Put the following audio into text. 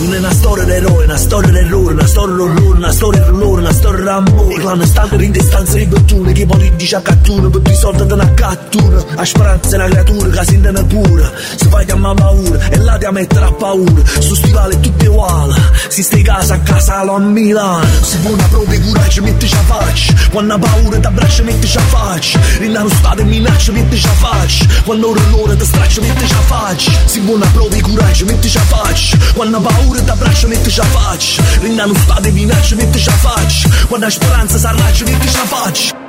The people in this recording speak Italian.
Non è una storia d'eroe, una storia d'errore, una storia d'orrore, una storia d'orrore, una storia d'amore. I clandestini in distanza di bottone, che politici a cattura, per i soldi da una cattura. La speranza è una creatura che si intende pura, si fa chiamare paura e là ti mettere a paura. Su stivali tutti uguali, si stai casa a Casalo a Milano. Si può una prova di coraggio, mettici a faccia. Quando ha paura ti abbraccia, mettici a faccia. Rinna stato e minaccia, mettici a faccia. Quando ora l'ora ti straccia, mettici a faccia. Si può una prova di coraggio, mettici a faccia. Quando ha paura ti abbraccia, mettici a faccia. Rinna stato e minaccia, mettici a faccia. Quando ha speranza si arraccia, mettici a faccia.